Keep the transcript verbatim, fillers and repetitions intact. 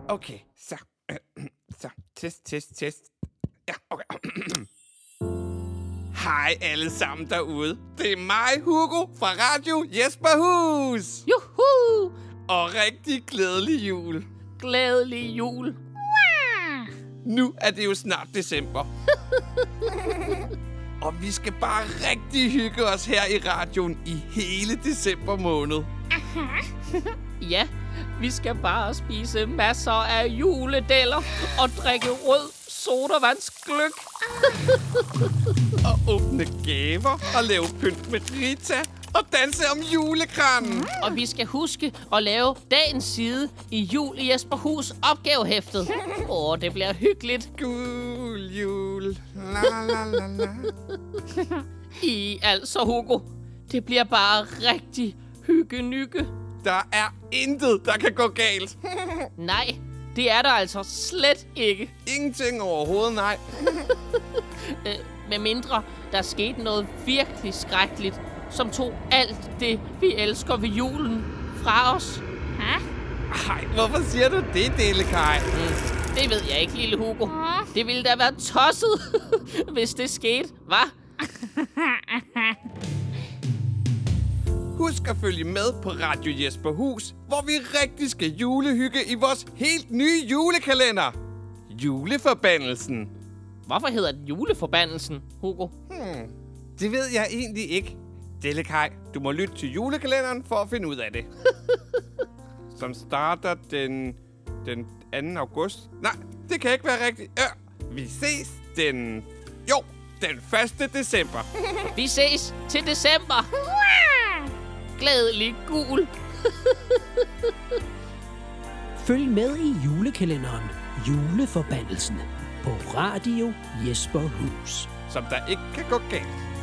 Okay, så. Så, test, test, test. Ja, okay. Hej alle sammen derude. Det er mig, Hugo, fra Radio Jesperhus. Juhu! Og rigtig glædelig jul. Glædelig jul. Nu er det jo snart december. Og vi skal bare rigtig hygge os her i radioen i hele december måned. Ja, vi skal bare spise masser af juledeller og drikke rød sodavandsgløgg. Og åbne gaver og lave pynt med Rita og danse om julekranen. Og vi skal huske at lave dagens side i Jul i Jesperhus opgavehæftet. Åh, det bliver hyggeligt. Gul jul. La la la la. I altså, Hugo. Det bliver bare rigtig hygge-nygge. Der er intet, der kan gå galt. Nej, det er der altså slet ikke. Ingenting overhovedet, nej. Øh, med mindre der skete noget virkelig skrækkeligt, som tog alt det, vi elsker ved julen, fra os. Hæ? Ej, hvorfor siger du det, Delekaj? Mm, det ved jeg ikke, lille Hugo. Det ville da være tosset, hvis det skete, hva'? Husk at følge med på Radio Jesperhus, hvor vi rigtig skal julehygge i vores helt nye julekalender. Juleforbandelsen. Hvorfor hedder den juleforbandelsen, Hugo? Hmm, det ved jeg egentlig ikke. Delekaj, du må lytte til julekalenderen for at finde ud af det. Som starter den, den anden august. Nej, det kan ikke være rigtigt. Ja, vi ses den... Jo, den første december. Vi ses til december. Glædelig gul. Følg med i julekalenderen Juleforbandelsen på Radio Jesperhus. Som der ikke kan gå galt.